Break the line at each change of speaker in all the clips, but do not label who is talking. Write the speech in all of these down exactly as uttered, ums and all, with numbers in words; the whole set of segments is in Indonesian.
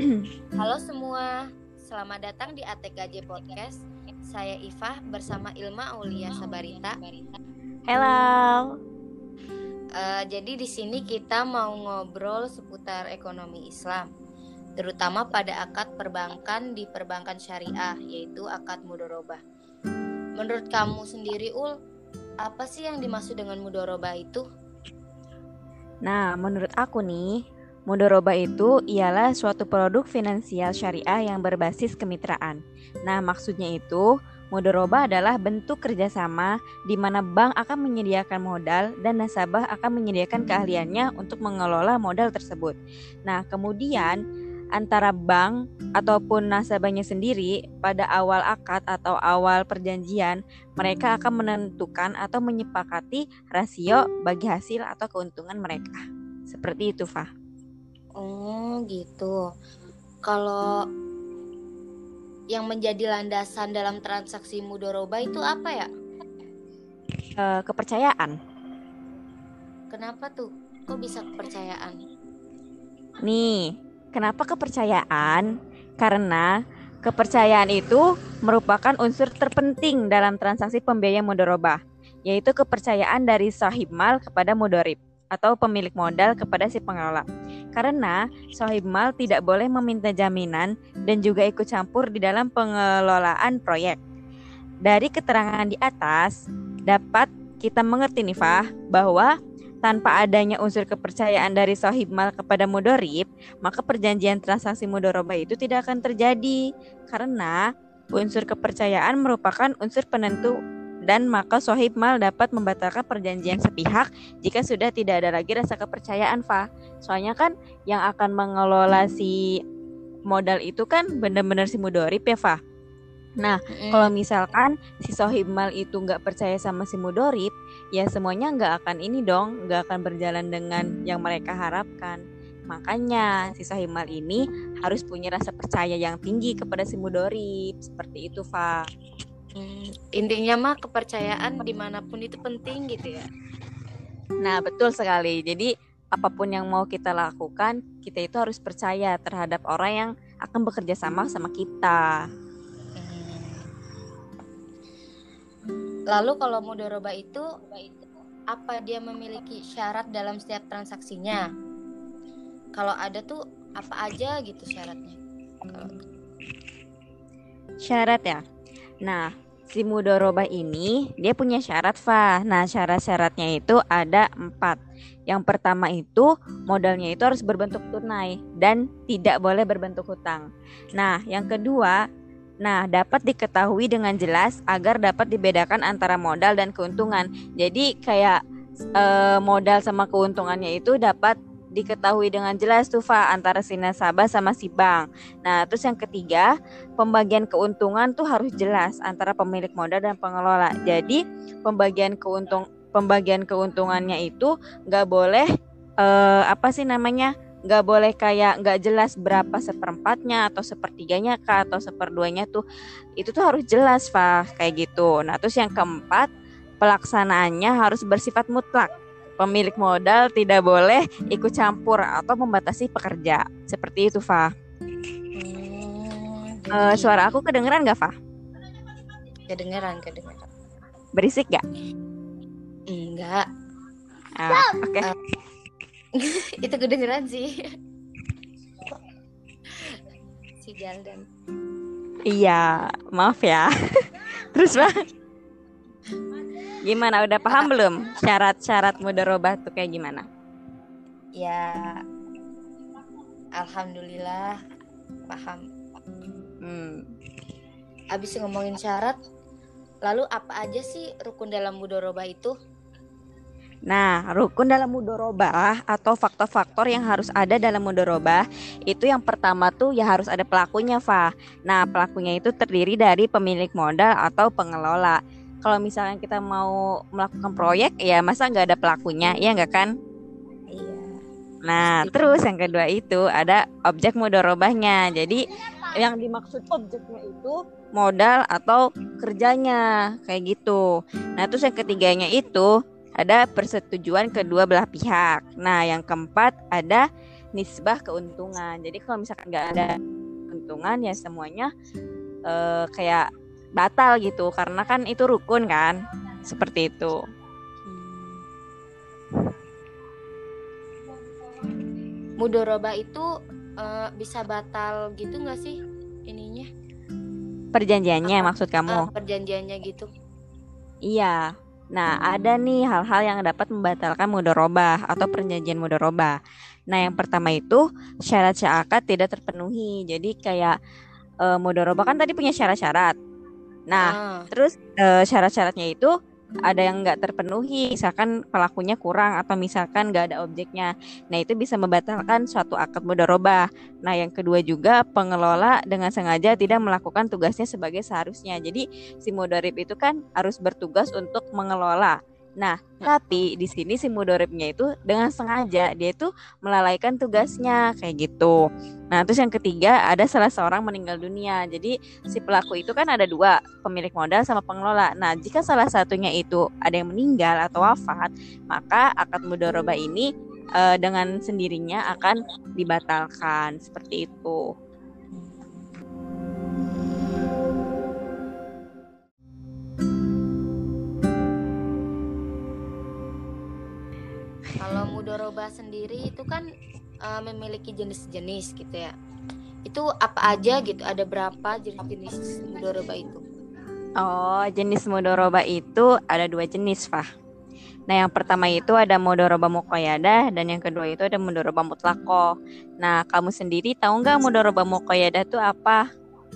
Halo semua, selamat datang di A T K J Podcast. Saya Ifah bersama Ilma Aulia Sabarita.
Halo.
Uh, jadi di sini kita mau ngobrol seputar ekonomi Islam, terutama pada akad perbankan di perbankan syariah, yaitu akad mudharabah. Menurut kamu sendiri, Ul, apa sih yang dimaksud dengan mudharabah itu?
Nah, menurut aku nih, mudharabah itu ialah suatu produk finansial syariah yang berbasis kemitraan. Nah, maksudnya itu, mudharabah adalah bentuk kerjasama di mana bank akan menyediakan modal dan nasabah akan menyediakan keahliannya untuk mengelola modal tersebut. Nah, kemudian antara bank ataupun nasabahnya sendiri pada awal akad atau awal perjanjian, mereka akan menentukan atau menyepakati rasio bagi hasil atau keuntungan mereka. Seperti itu, Fah.
Oh, gitu. Kalau yang menjadi landasan dalam transaksi mudharabah itu apa ya?
E, kepercayaan.
Kenapa tuh? Kok bisa kepercayaan?
Nih, kenapa kepercayaan? Karena kepercayaan itu merupakan unsur terpenting dalam transaksi pembiayaan mudharabah, yaitu kepercayaan dari sahib mal kepada mudharib atau pemilik modal kepada si pengelola. Karena sahib mal tidak boleh meminta jaminan dan juga ikut campur di dalam pengelolaan proyek. Dari keterangan di atas, dapat kita mengerti nih Fah, bahwa tanpa adanya unsur kepercayaan dari sahib mal kepada mudharib, maka perjanjian transaksi mudharabah itu tidak akan terjadi. Karena unsur kepercayaan merupakan unsur penentu dan maka sahib mal dapat membatalkan perjanjian sepihak jika sudah tidak ada lagi rasa kepercayaan, Fah. Soalnya kan yang akan mengelola si modal itu kan benar-benar si mudharib ya, Fah. Nah, mm. kalau misalkan si sahib mal itu nggak percaya sama si mudharib, ya semuanya nggak akan ini dong, nggak akan berjalan dengan yang mereka harapkan. Makanya si sahib mal ini harus punya rasa percaya yang tinggi kepada si mudharib, seperti itu, Fah.
Hmm, intinya mah kepercayaan dimanapun itu penting gitu ya.
Nah, betul sekali. Jadi apapun yang mau kita lakukan, kita itu harus percaya terhadap orang yang akan bekerja sama sama kita.
Lalu kalau mudharabah itu, apa dia memiliki syarat dalam setiap transaksinya? Kalau ada tuh apa aja gitu syaratnya?
Syarat ya? Nah, si mudharabah ini dia punya syarat, Fah. Nah, syarat-syaratnya itu ada empat. Yang pertama itu modalnya itu harus berbentuk tunai dan tidak boleh berbentuk hutang. Nah, yang kedua, nah dapat diketahui dengan jelas agar dapat dibedakan antara modal dan keuntungan. Jadi kayak eh, modal sama keuntungannya itu dapat diketahui dengan jelas tuh Fa, antara si nasabah sama si bank. Nah, terus yang ketiga, pembagian keuntungan tuh harus jelas antara pemilik modal dan pengelola. Jadi pembagian keuntung pembagian keuntungannya itu nggak boleh eh, apa sih namanya? nggak boleh kayak nggak jelas berapa seperempatnya atau sepertiganya kah atau seperduanya tuh, itu tuh harus jelas Fa, kayak gitu. Nah, terus yang keempat, pelaksanaannya harus bersifat mutlak. Pemilik modal tidak boleh ikut campur atau membatasi pekerja. Seperti itu, Fa. Hmm, uh, suara aku kedengeran gak, Fa?
Kedengeran, kedengeran.
Berisik gak?
Enggak.
Ah, Oke. Okay. Uh,
itu kedengeran sih. Si Jaldan.
Iya, maaf ya. Terus, Fa? Gimana, udah paham belum syarat-syarat mudharabah tuh kayak gimana?
Ya, alhamdulillah paham.
Hmm.
Abis ngomongin syarat, lalu apa aja sih rukun dalam mudharabah itu?
Nah, rukun dalam mudharabah atau faktor-faktor yang harus ada dalam mudharabah itu yang pertama tuh ya harus ada pelakunya, Fa. Nah, pelakunya itu terdiri dari pemilik modal atau pengelola. Kalau misalnya kita mau melakukan proyek, ya masa nggak ada pelakunya, ya nggak kan?
Iya.
Nah, terus yang kedua itu ada objek mudharabahnya. Jadi yang dimaksud objeknya itu modal atau kerjanya, kayak gitu. Nah, terus yang ketiganya itu ada persetujuan kedua belah pihak. Nah, yang keempat ada nisbah keuntungan. Jadi kalau misalkan nggak ada keuntungan ya semuanya uh, kayak batal gitu, karena kan itu rukun kan, seperti itu.
Mudoroba itu uh, bisa batal gitu nggak sih ininya?
Perjanjiannya
Apa?
maksud kamu?
Uh, perjanjiannya gitu.
Iya. Nah, ada nih hal-hal yang dapat membatalkan mudorobah atau perjanjian mudorobah. Nah, yang pertama itu syarat-syarat akad tidak terpenuhi. Jadi kayak e, mudorobah kan tadi punya syarat-syarat. Nah, uh. terus e, syarat-syaratnya itu ada yang nggak terpenuhi, misalkan pelakunya kurang atau misalkan nggak ada objeknya. Nah, itu bisa membatalkan suatu akad mudorobah. Nah, yang kedua juga pengelola dengan sengaja tidak melakukan tugasnya sebagai seharusnya. Jadi si mudorib itu kan harus bertugas untuk mengelola. Nah, tapi di sini si mudoribnya itu dengan sengaja dia itu melalaikan tugasnya kayak gitu. Nah, terus yang ketiga ada salah seorang meninggal dunia. Jadi si pelaku itu kan ada dua, pemilik modal sama pengelola. Nah, jika salah satunya itu ada yang meninggal atau wafat, maka akad mudharabah ini uh, dengan sendirinya akan dibatalkan seperti itu.
Kalau mudharabah sendiri itu kan uh, memiliki jenis-jenis gitu ya. Itu apa aja gitu? Ada berapa jenis-jenis mudharabah itu?
Oh, jenis mudharabah itu ada dua jenis, Fah. Nah, yang pertama itu ada mudharabah muqayyadah dan yang kedua itu ada mudharabah mutlaqah. Nah, kamu sendiri tahu nggak mudharabah muqayyadah itu apa?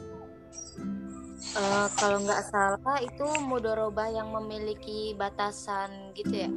Uh, kalau nggak salah itu mudharabah yang memiliki batasan gitu ya?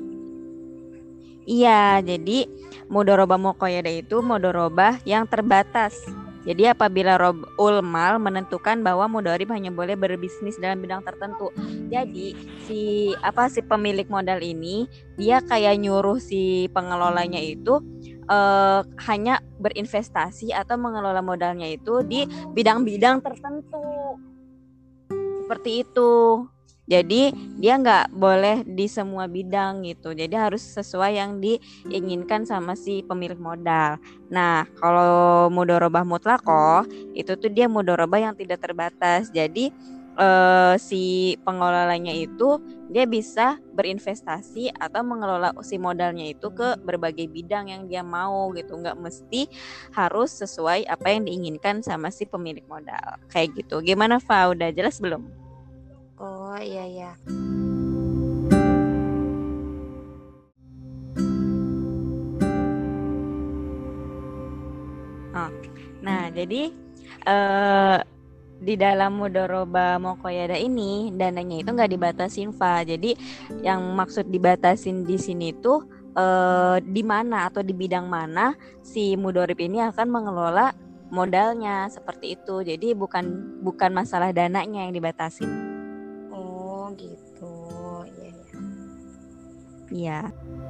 Iya, jadi mudharabah muqayyadah itu mudharabah yang terbatas. Jadi apabila robul mal menentukan bahwa mudharib hanya boleh berbisnis dalam bidang tertentu. Jadi si apa si pemilik modal ini dia kayak nyuruh si pengelolanya itu uh, hanya berinvestasi atau mengelola modalnya itu di bidang-bidang tertentu. Seperti itu. Jadi dia nggak boleh di semua bidang gitu. Jadi harus sesuai yang diinginkan sama si pemilik modal. Nah, kalau mudharabah mutlaqah itu tuh dia mudharabah yang tidak terbatas. Jadi eh, si pengelolanya itu dia bisa berinvestasi atau mengelola si modalnya itu ke berbagai bidang yang dia mau gitu. Nggak mesti harus sesuai apa yang diinginkan sama si pemilik modal. Kayak gitu. Gimana, Fa? Udah jelas belum?
Oh iya ya.
Oh, nah jadi uh, di dalam mudharabah muqayyadah ini dananya itu nggak dibatasin, Fa. Jadi yang maksud dibatasin di sini tuh uh, di mana atau di bidang mana si mudharib ini akan mengelola modalnya seperti itu. Jadi bukan bukan masalah dananya yang dibatasin.
Gitu, iya ya.
Iya.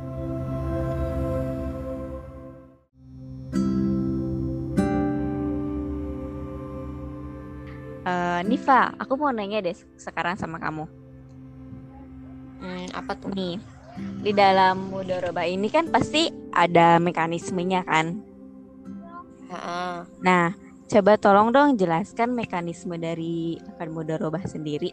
Uh, Nifa, aku mau nanya deh sekarang sama kamu.
Hmm, apa tuh?
Nih, di dalam mudharabah ini kan pasti ada mekanismenya kan?
Ha-ha.
Nah, coba tolong dong jelaskan mekanisme dari akad mudharabah sendiri.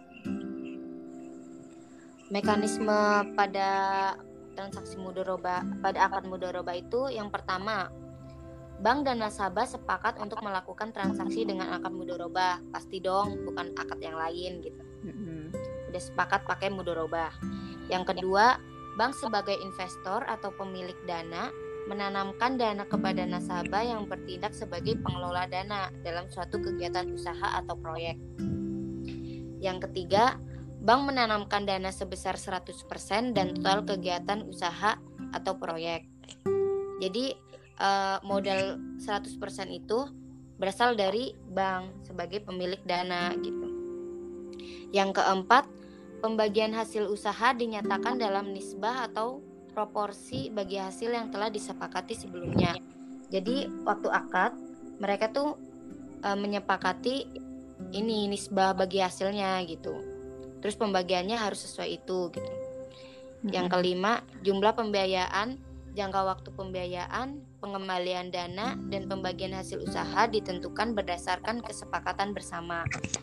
Mekanisme pada transaksi mudharabah pada akad mudharabah itu yang pertama, bank dan nasabah sepakat untuk melakukan transaksi dengan akad mudharabah. Pasti dong, bukan akad yang lain gitu. Mm-hmm. Udah sepakat pakai mudharabah. Yang kedua, bank sebagai investor atau pemilik dana menanamkan dana kepada nasabah yang bertindak sebagai pengelola dana dalam suatu kegiatan usaha atau proyek. Yang ketiga, bank menanamkan dana sebesar seratus persen dan total kegiatan usaha atau proyek. Jadi uh, modal seratus persen itu berasal dari bank sebagai pemilik dana gitu. Yang keempat, pembagian hasil usaha dinyatakan dalam nisbah atau proporsi bagi hasil yang telah disepakati sebelumnya. Jadi waktu akad mereka tuh uh, menyepakati ini nisbah bagi hasilnya gitu. Terus pembagiannya harus sesuai itu gitu. Mm-hmm. Yang kelima, jumlah pembiayaan Jangka waktu pembiayaan, pengembalian dana, dan pembagian hasil usaha ditentukan berdasarkan kesepakatan bersama.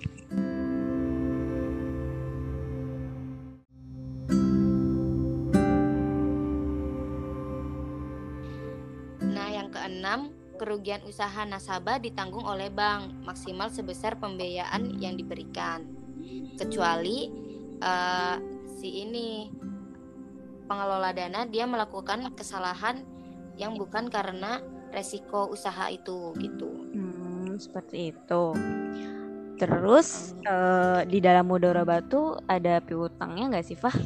Nah, yang keenam, kerugian usaha nasabah ditanggung oleh bank maksimal sebesar pembiayaan yang diberikan, kecuali uh, si ini pengelola dana dia melakukan kesalahan yang bukan karena resiko usaha itu gitu.
Hmm, seperti itu. Terus hmm. uh, di dalam mudharabah tuh ada piutangnya nggak sih, Fah?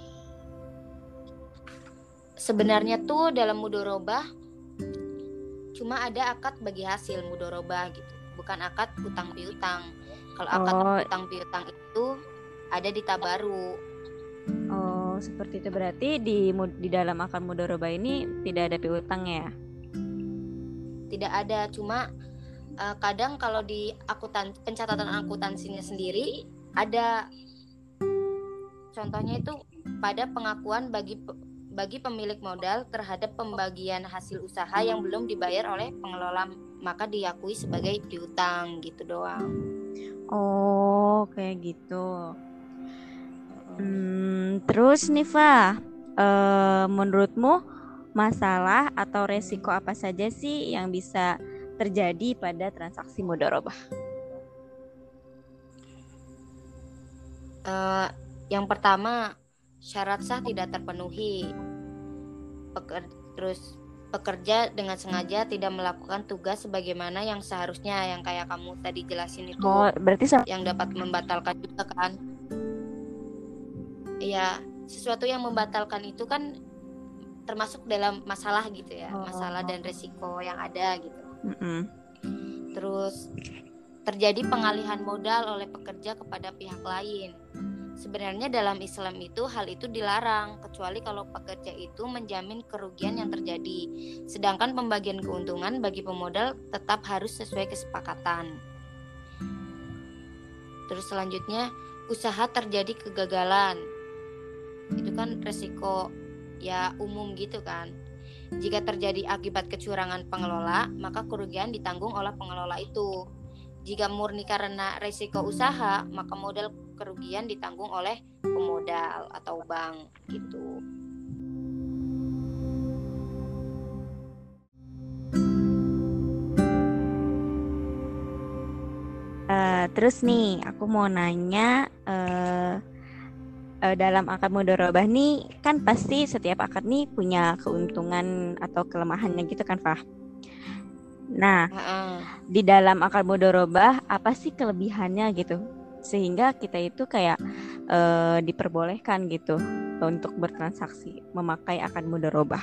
Sebenarnya tuh dalam mudharabah cuma ada akad bagi hasil mudharabah gitu, bukan akad utang piutang. Kalau akad oh. utang piutang itu ada di tabaru.
Oh, seperti itu. Berarti di di dalam akad mudharabah ini tidak ada piutangnya ya?
Tidak ada, cuma uh, kadang kalau di akuntan pencatatan akuntansinya sendiri ada. Contohnya itu pada pengakuan bagi bagi pemilik modal terhadap pembagian hasil usaha yang belum dibayar oleh pengelola, maka diakui sebagai piutang gitu doang.
Oh, kayak gitu. Hmm, terus nih Fah, uh, menurutmu masalah atau resiko apa saja sih yang bisa terjadi pada transaksi mudharabah?
Uh, yang pertama, syarat sah tidak terpenuhi. Peker- terus pekerja dengan sengaja tidak melakukan tugas sebagaimana yang seharusnya, yang kayak kamu tadi jelasin itu.
Oh, berarti sama-
yang dapat membatalkan juga kan? Iya, sesuatu yang membatalkan itu kan termasuk dalam masalah gitu ya, oh. masalah dan resiko yang ada gitu.
Mm-mm.
Terus terjadi pengalihan modal oleh pekerja kepada pihak lain. Sebenarnya dalam Islam itu hal itu dilarang, kecuali kalau pekerja itu menjamin kerugian yang terjadi. Sedangkan pembagian keuntungan bagi pemodal tetap harus sesuai kesepakatan. Terus selanjutnya, usaha terjadi kegagalan. Itu kan resiko ya umum gitu kan. Jika terjadi akibat kecurangan pengelola, maka kerugian ditanggung oleh pengelola itu. Jika murni karena resiko usaha, maka modal kerugian ditanggung oleh pemodal atau bank gitu.
Uh, terus nih, aku mau nanya, uh, uh, dalam akad mudharabah nih, kan pasti setiap akad nih punya keuntungan atau kelemahannya gitu kan, Fah? Nah, uh-uh. di dalam akad mudharabah apa sih kelebihannya gitu, sehingga kita itu kayak uh, diperbolehkan gitu untuk bertransaksi memakai akad mudharabah?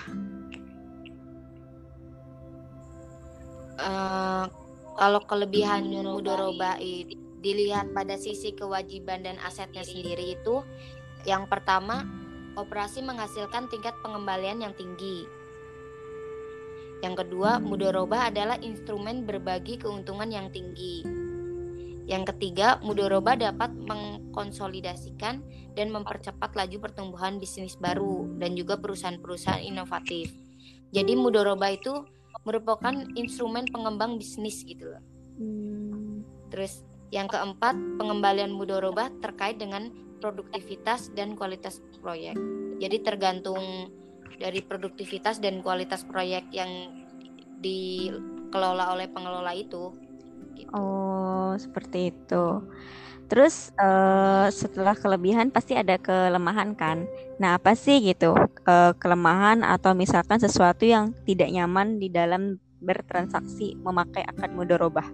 Uh, kalau kelebihan mudharabah itu dilihat pada sisi kewajiban dan asetnya sendiri itu, yang pertama, operasi menghasilkan tingkat pengembalian yang tinggi. Yang kedua, mudharabah adalah instrumen berbagi keuntungan yang tinggi. Yang ketiga, mudharabah dapat mengkonsolidasikan dan mempercepat laju pertumbuhan bisnis baru dan juga perusahaan-perusahaan inovatif. Jadi mudharabah itu merupakan instrumen pengembang bisnis gitu loh. Hmm. Terus yang keempat, pengembalian mudharabah terkait dengan produktivitas dan kualitas proyek. Jadi tergantung dari produktivitas dan kualitas proyek yang dikelola oleh pengelola itu. Gitu.
Oh, seperti itu. Terus uh, setelah kelebihan pasti ada kelemahan kan? Nah, apa sih gitu uh, kelemahan atau misalkan sesuatu yang tidak nyaman di dalam bertransaksi memakai akad mudharabah?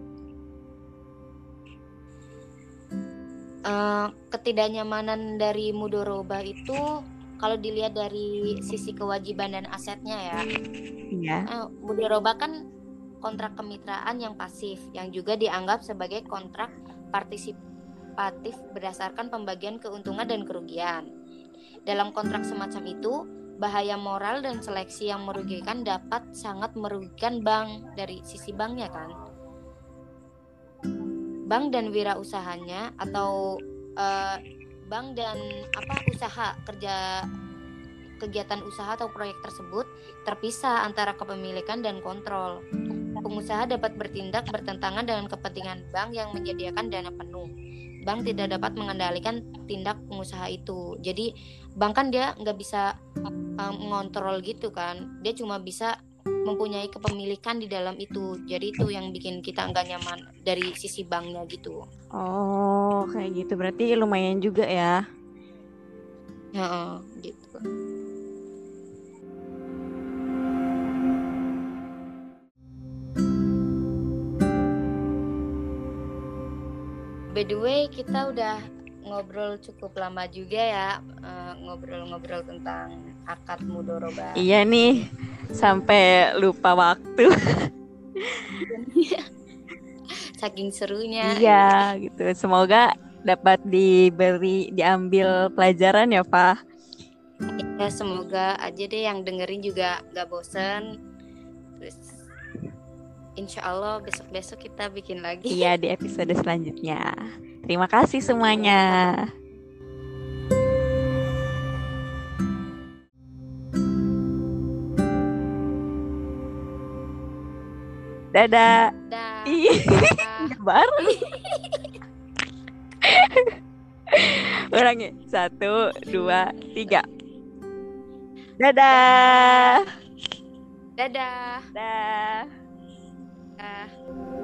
Uh, ketidaknyamanan dari mudharabah itu kalau dilihat dari sisi kewajiban dan asetnya ya.
Iya.
Uh, mudharabah kan kontrak kemitraan yang pasif, yang juga dianggap sebagai kontrak partisipatif berdasarkan pembagian keuntungan dan kerugian. Dalam kontrak semacam itu, bahaya moral dan seleksi yang merugikan dapat sangat merugikan bank dari sisi banknya kan. Bank dan wirausahanya atau uh, bank dan apa usaha kerja kegiatan usaha atau proyek tersebut terpisah antara kepemilikan dan kontrol. Pengusaha dapat bertindak bertentangan dengan kepentingan bank yang menyediakan dana penuh. Bank tidak dapat mengendalikan tindak pengusaha itu. Jadi bank kan dia nggak bisa um, mengontrol gitu kan. Dia cuma bisa mempunyai kepemilikan di dalam itu. Jadi itu yang bikin kita nggak nyaman dari sisi banknya gitu.
Oh, kayak gitu. Berarti lumayan juga ya.
Heeh, gitu. By the way, kita udah ngobrol cukup lama juga ya, uh, ngobrol-ngobrol tentang akad mudharabah.
Iya nih, sampai lupa waktu.
Saking serunya.
Iya, gitu. Semoga dapat diberi diambil pelajaran ya, Pak.
Ya, semoga aja deh yang dengerin juga gak bosen. Terus insya Allah besok-besok kita bikin lagi.
Iya, di episode selanjutnya. Terima kasih semuanya. Dadah.
Dah.
Ih, baru. Ulangi. Satu, dua, tiga. Dadah.
Dadah.
Dadah.
Dadah.